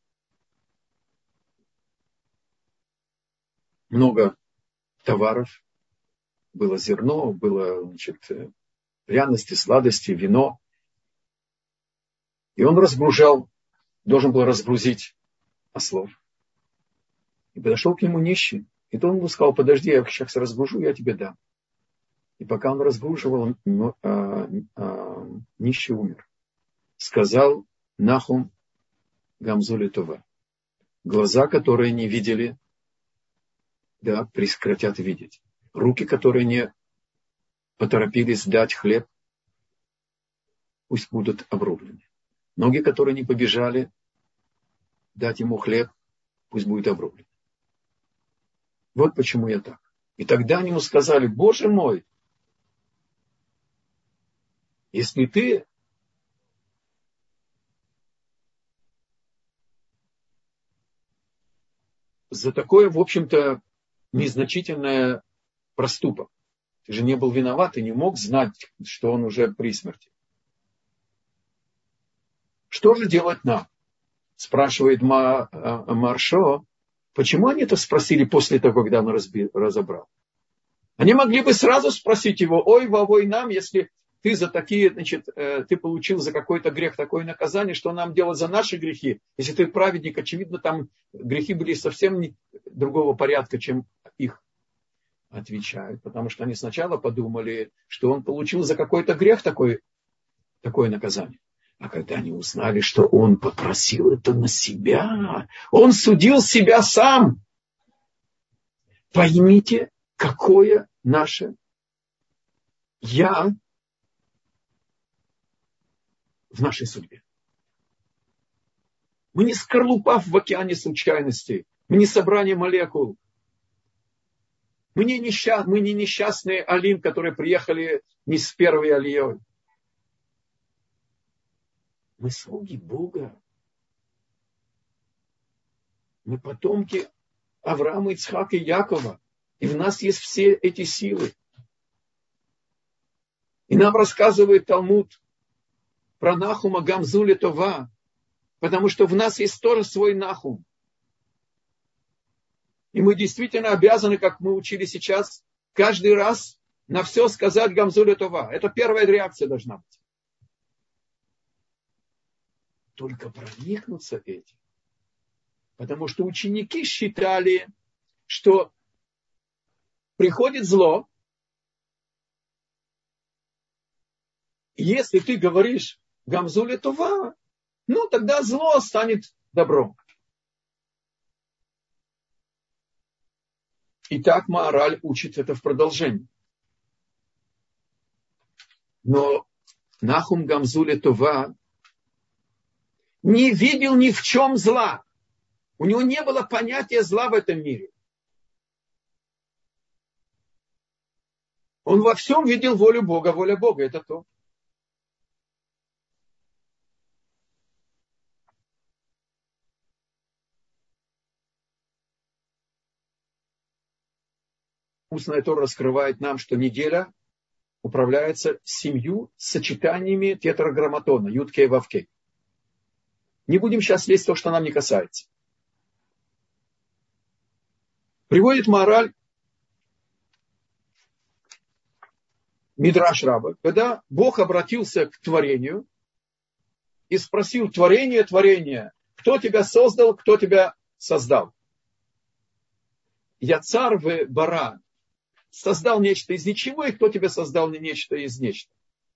много товаров. Было зерно, было, значит, пряности, сладости, вино. И он разгружал, должен был разгрузить ослов. И подошел к нему нищий. И то он ему сказал: подожди, я сейчас разгружу, я тебе дам. И пока он разгруживал, он, а, а, нищий умер. Сказал Нахум Гамзу летова: глаза, которые не видели, да, прекратят видеть. Руки, которые не поторопились дать хлеб, пусть будут обрублены. Ноги, которые не побежали дать ему хлеб, пусть будет обрублен. Вот почему я так. И тогда они ему сказали: Боже мой, если ты за такое, в общем-то, незначительное проступок, Ты же не был виноват и не мог знать, что он уже при смерти. Что же делать нам? Спрашивает Маршо. Почему они это спросили после того, когда он разобрал? Они могли бы сразу спросить его: ой, вовой нам, если ты за такие, значит, ты получил за какой-то грех такое наказание, что нам делать за наши грехи? Если ты праведник, очевидно, там грехи были совсем не другого порядка, чем их. Отвечают, потому что они сначала подумали, что он получил за какой-то грех такое, такое наказание. А когда они узнали, что он попросил это на себя, он судил себя сам. Поймите, какое наше «я» в нашей судьбе. Мы не скорлупа в океане случайностей. Мы не собрание молекул. Мы не, несчаст, мы не несчастные Алим, которые приехали не с первой алией. Мы слуги Бога. Мы потомки Авраама, Ицхака и Якова. И в нас есть все эти силы. И нам рассказывает Талмуд про Нахума Гамзуле Това. Потому что в нас есть тоже свой Нахум. И мы действительно обязаны, как мы учили сейчас, каждый раз на все сказать Гамзуле Това. Это первая реакция должна быть. Только проникнуться этим. Потому что ученики считали, что приходит зло. И если ты говоришь Гамзуле Това, ну тогда зло станет добром. И так Маораль учит это в продолжении. Но Нахум Гамзуле Това не видел ни в чем зла. У него не было понятия зла в этом мире. Он во всем видел волю Бога. Воля Бога — это то. Устная Тора раскрывает нам, что неделя управляется семью сочетаниями тетраграмматона, Юд-Кей, Вав-Кей. Не будем сейчас лезть в то, что нам не касается. Приводит Маораль Мидраш Раба, когда Бог обратился к творению и спросил: творение, творение, кто тебя создал, кто тебя создал? Яцар в Бара. Создал нечто из ничего, и кто тебя создал нечто из нечто?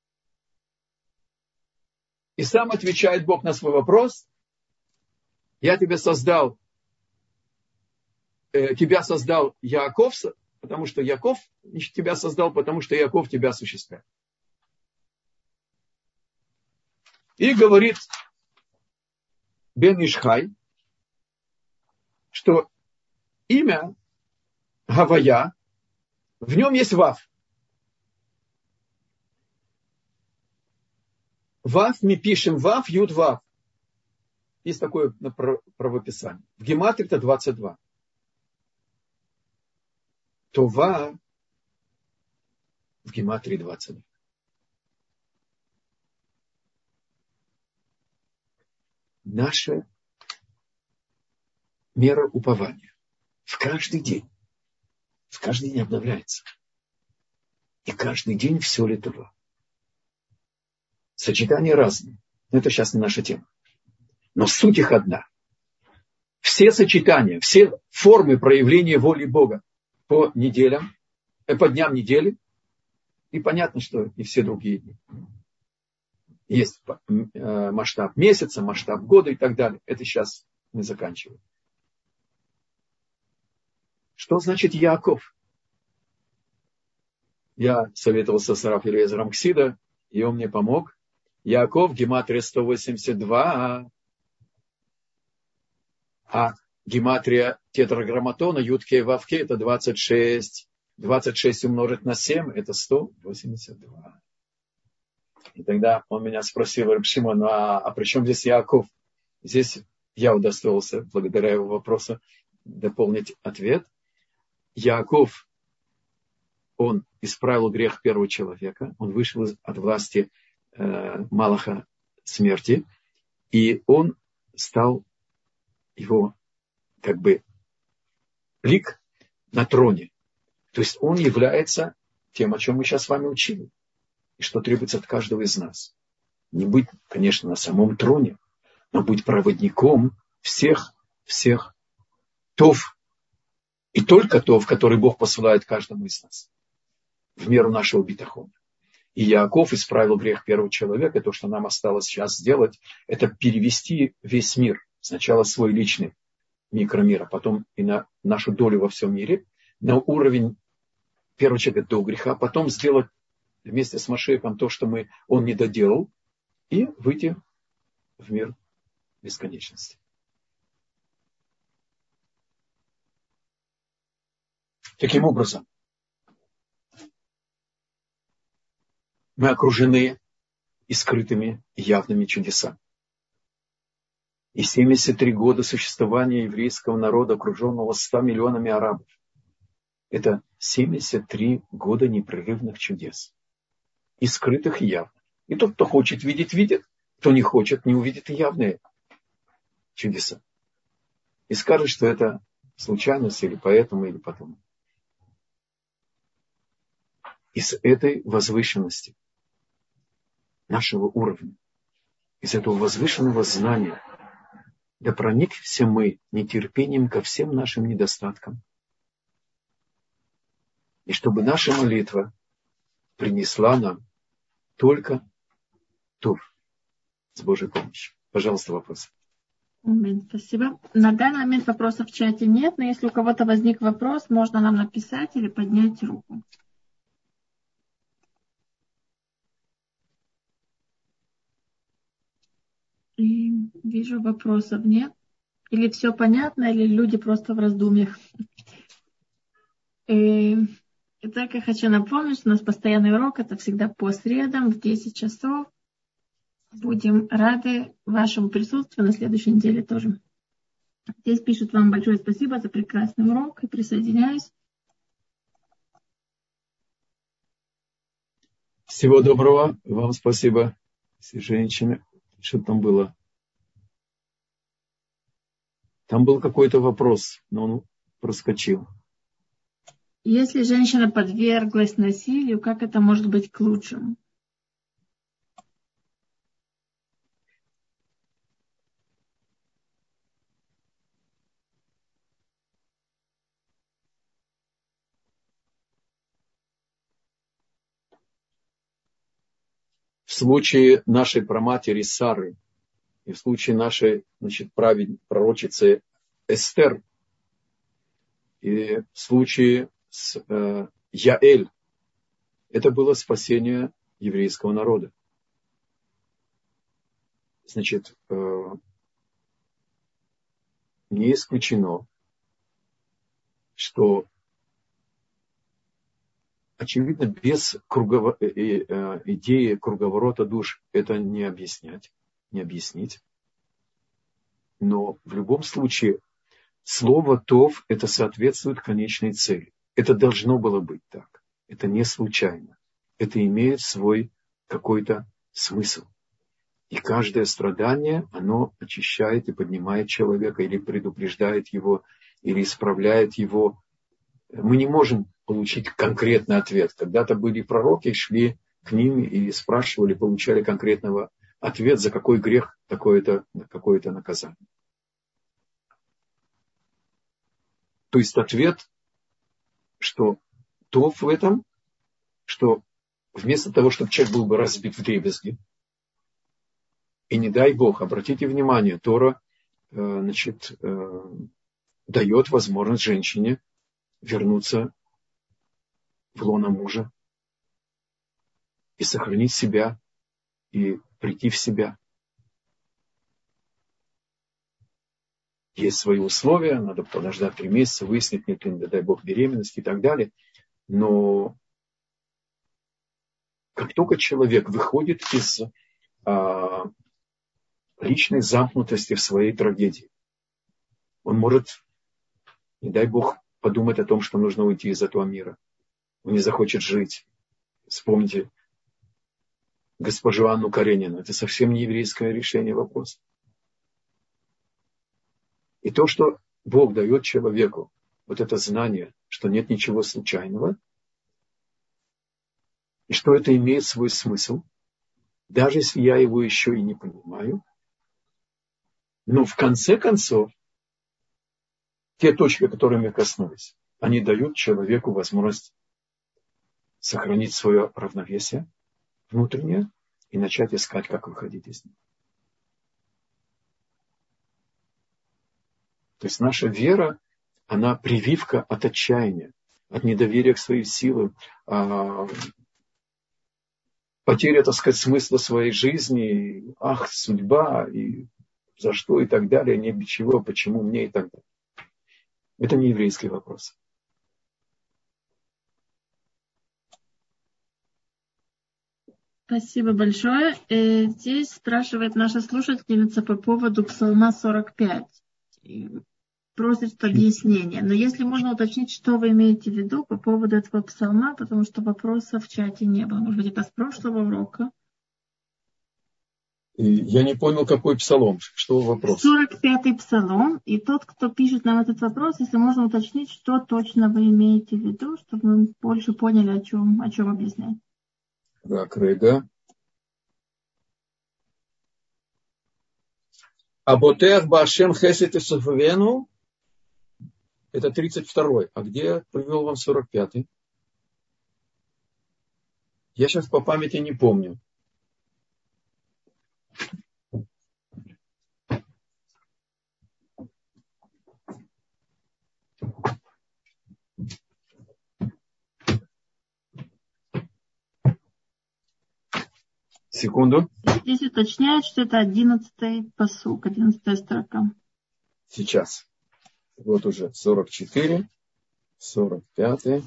И сам отвечает Бог на свой вопрос: я тебя создал, э, тебя создал Яаков, потому что Яков тебя создал, потому что Яков тебя осуществляет. И говорит Бен Ишхай, что имя Гавая, в нем есть Вав. Вав, мы пишем Вав, Юд, Вав. Есть такое правописание. В гематрии это двадцать два. Това в гематрии двадцать два. Наша мера упования в каждый день, в каждый день обновляется. И каждый день все ли Това. Сочетания разные. Но это сейчас не наша тема. Но суть их одна. Все сочетания, все формы проявления воли Бога по неделям, по дням недели. И понятно, что и все другие дни. Есть масштаб месяца, масштаб года и так далее. Это сейчас не заканчиваем. Что значит Яаков? Я советовался с Раф Элиэзером Ксида, и он мне помог. Яаков, гематрия сто восемьдесят два, а гематрия тетраграмматона, Юд-Кей, Вав-Кей, это двадцать шесть. двадцать шесть умножить на семь, это сто восемьдесят два. И тогда он меня спросил: Реб Шимон, ну а, а при чем здесь Яаков? Здесь я удостоился, благодаря его вопросу, дополнить ответ. Яаков он исправил грех первого человека, он вышел от власти э, Малаха смерти, и он стал его, как бы, лик на троне. То есть он является тем, о чем мы сейчас с вами учили, и что требуется от каждого из нас. Не быть, конечно, на самом троне, но быть проводником всех, всех тов, и только тов, который Бог посылает каждому из нас, в меру нашего битахона. И Яаков исправил грех первого человека. То, что нам осталось сейчас сделать, это перевести весь мир. Сначала свой личный микромир, а потом и на нашу долю во всем мире, на уровень первого человека до греха, потом сделать вместе с Машиахом то, что мы, он не доделал, и выйти в мир бесконечности. Таким образом, мы окружены и скрытыми, и явными чудесами. И семьдесят три года существования еврейского народа, окруженного ста миллионами арабов, это семьдесят три года непрерывных чудес. И скрытых, и явных. И тот, кто хочет видеть, видит. Кто не хочет, не увидит и явные чудеса. И скажет, что это случайность, или поэтому, или потом. Из этой возвышенности нашего уровня, из этого возвышенного знания, да проникнемся мы нетерпением ко всем нашим недостаткам. И чтобы наша молитва принесла нам только тур с Божьей помощью. Пожалуйста, вопрос. Спасибо. На данный момент вопросов в чате нет, но если у кого-то возник вопрос, можно нам написать или поднять руку. И вижу, вопросов нет. Или все понятно, или люди просто в раздумьях. И, итак, я хочу напомнить, что у нас постоянный урок, это всегда по средам в десять часов. Будем рады вашему присутствию на следующей неделе тоже. Здесь пишут вам большое спасибо за прекрасный урок и присоединяюсь. Всего доброго. Вам спасибо. Все женщины. Что там было? Там был какой-то вопрос, но он проскочил. Если женщина подверглась насилию, как это может быть к лучшему? В случае нашей праматери Сары и в случае нашей, значит, праведь, пророчицы Эстер и в случае с э, Яэль, это было спасение еврейского народа. Значит, э, не исключено, что очевидно, без кругово... идеи круговорота душ это не объяснять, не объяснить. Но в любом случае слово «тов» это соответствует конечной цели. Это должно было быть так. Это не случайно. Это имеет свой какой-то смысл. И каждое страдание, оно очищает и поднимает человека, или предупреждает его, или исправляет его. Мы не можем получить конкретный ответ. Когда-то были пророки, шли к ним и спрашивали, получали конкретного ответ, за какой грех такое-то, какое-то наказание. То есть ответ, что то в этом, что вместо того, чтобы человек был бы разбит вдребезги, и не дай Бог, обратите внимание, Тора значит, дает возможность женщине вернуться в лоно мужа и сохранить себя, и прийти в себя. Есть свои условия, надо подождать три месяца, выяснить, нет ли, не дай Бог, беременности и так далее. Но как только человек выходит из а, личной замкнутости в своей трагедии, он может, не дай Бог, подумать о том, что нужно уйти из этого мира. он не захочет жить. Вспомните госпожу Анну Каренину. Это совсем не еврейское решение вопроса. И то, что Бог дает человеку, вот это знание, что нет ничего случайного, и что это имеет свой смысл, даже если я его еще и не понимаю, но в конце концов, те точки, которые мы коснулись, они дают человеку возможность сохранить свое равновесие внутреннее и начать искать, как выходить из него. То есть наша вера, она прививка от отчаяния, от недоверия к своим силам, потеря, так сказать, смысла своей жизни, ах, судьба, и за что, и так далее, не без чего, почему мне, и так далее. Это не еврейский вопрос. Спасибо большое. Здесь спрашивает наша слушательница по поводу Псалма сорок пять. Просит объяснения. Но если можно уточнить, что вы имеете в виду по поводу этого псалма, потому что вопросов в чате не было. Может быть, это с прошлого урока? И я не понял, какой псалом. Что вопрос? сорок пятый псалом. И тот, кто пишет нам этот вопрос, если можно уточнить, что точно вы имеете в виду, чтобы мы больше поняли, о чем, о чем объяснять. Так, Рега. Аботех башем хесет и софвену. Это тридцать второй. А где я привел вам сорок пятый? Я сейчас по памяти не помню. Секунду. Здесь уточняют, что это одиннадцатый пасук, одиннадцатая строка. Сейчас. Вот уже сорок четыре, сорок пять.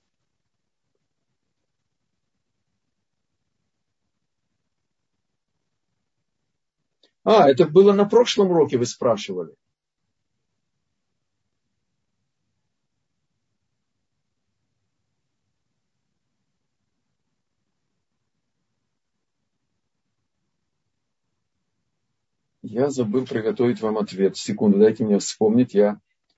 А, это было на прошлом уроке, вы спрашивали. Я забыл приготовить вам ответ. Секунду, дайте мне вспомнить. Я...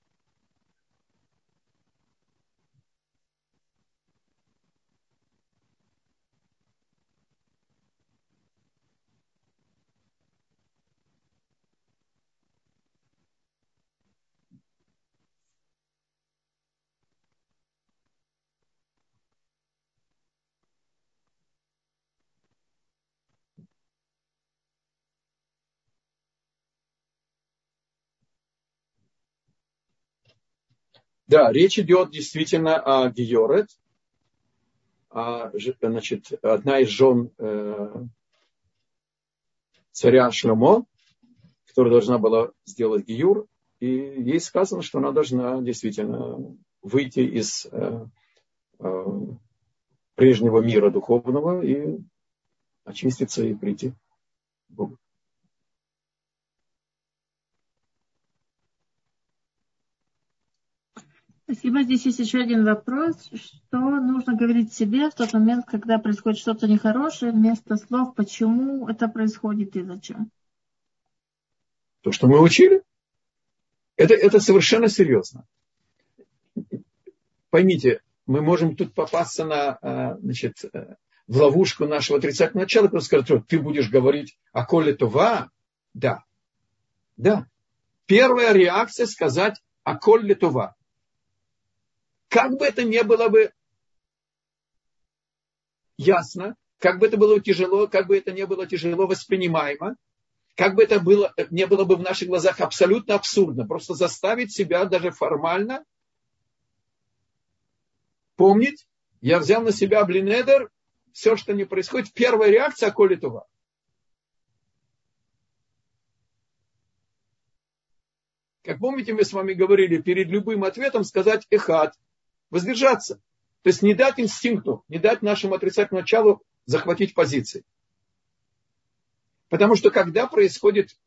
Да, речь идет действительно о Георет. А, значит, одна из жен э, царя Шломо, которая должна была сделать гиюр, и ей сказано, что она должна действительно выйти из э, э, прежнего мира духовного и очиститься и прийти к Богу. Спасибо. Здесь есть еще один вопрос. Что нужно говорить себе в тот момент, когда происходит что-то нехорошее, вместо слов, почему это происходит и зачем? То, что мы учили, это, это совершенно серьезно. Поймите, мы можем тут попасться на, значит, в ловушку нашего отрицательного начала, который скажет, ты будешь говорить о коле това. Да. Да. Первая реакция сказать о коле това. Как бы это ни было бы ясно, как бы это было тяжело, как бы это ни было тяжело воспринимаемо, как бы это было, не было бы в наших глазах абсолютно абсурдно, просто заставить себя даже формально помнить, я взял на себя блинедер, все, что не происходит, первая реакция коли това. Как помните, мы с вами говорили, перед любым ответом сказать эхат, воздержаться. То есть не дать инстинкту, не дать нашему отрицательному началу захватить позиции. Потому что когда происходит...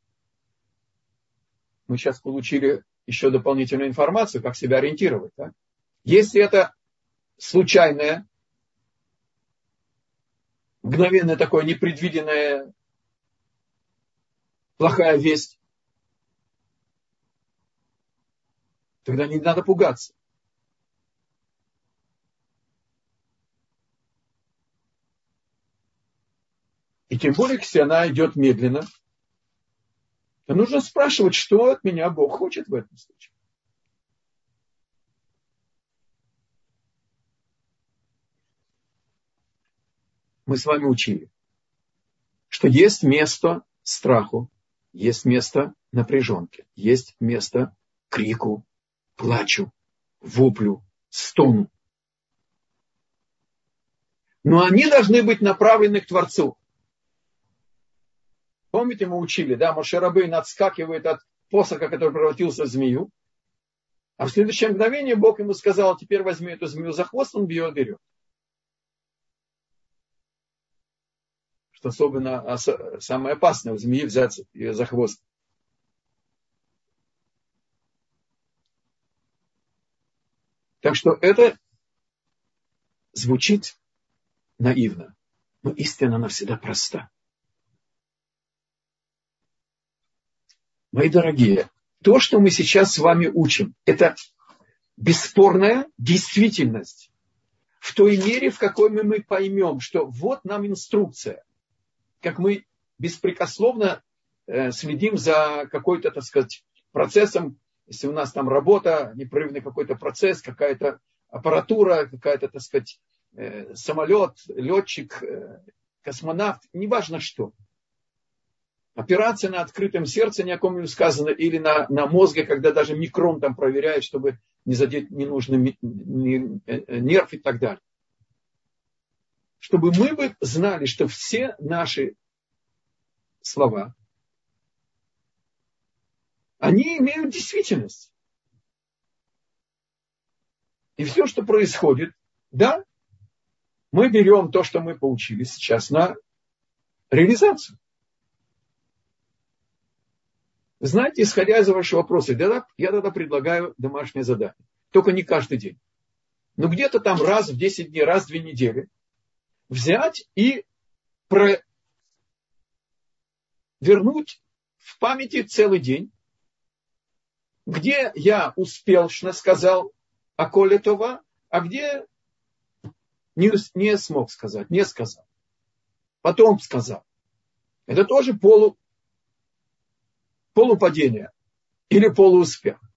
Мы сейчас получили еще дополнительную информацию, как себя ориентировать. Да? Если это случайное, мгновенное такое непредвиденное, плохая весть, тогда не надо пугаться. И тем более, если она идет медленно, то нужно спрашивать, что от меня Бог хочет в этом случае. Мы с вами учили, что есть место страху, есть место напряженке, есть место крику, плачу, воплю, стону. Но они должны быть направлены к Творцу. Помните, мы учили, да, Моше Рабейну отскакивает от посоха, который превратился в змею, а в следующее мгновение Бог ему сказал: теперь возьми эту змею за хвост, он ее берет. Что особенно самое опасное, у змеи взять ее за хвост. Так что это звучит наивно, но истина, она всегда проста. Мои дорогие, то, что мы сейчас с вами учим, это бесспорная действительность. В той мере, в какой мы, мы поймем, что вот нам инструкция, как мы беспрекословно э, следим за какой-то, так сказать, процессом, если у нас там работа, непрерывный какой-то процесс, какая-то аппаратура, какая-то, так сказать, э, самолет, летчик, э, космонавт, неважно что. Операция на открытом сердце, ни о ком не сказано, или на, на мозге, когда даже микрон там проверяет, чтобы не задеть ненужный нерв и так далее. Чтобы мы бы знали, что все наши слова, они имеют действительность. И все, что происходит, да, мы берем то, что мы получили сейчас на реализацию. Знаете, исходя из вашего вопроса, я тогда предлагаю домашнее задание. Только не каждый день. Но где-то там раз в десять дней, раз в две недели взять и про... вернуть в памяти целый день, где я успешно сказал о Коле Това, а где не, не смог сказать, не сказал. Потом сказал. Это тоже полу полупадение или полууспех.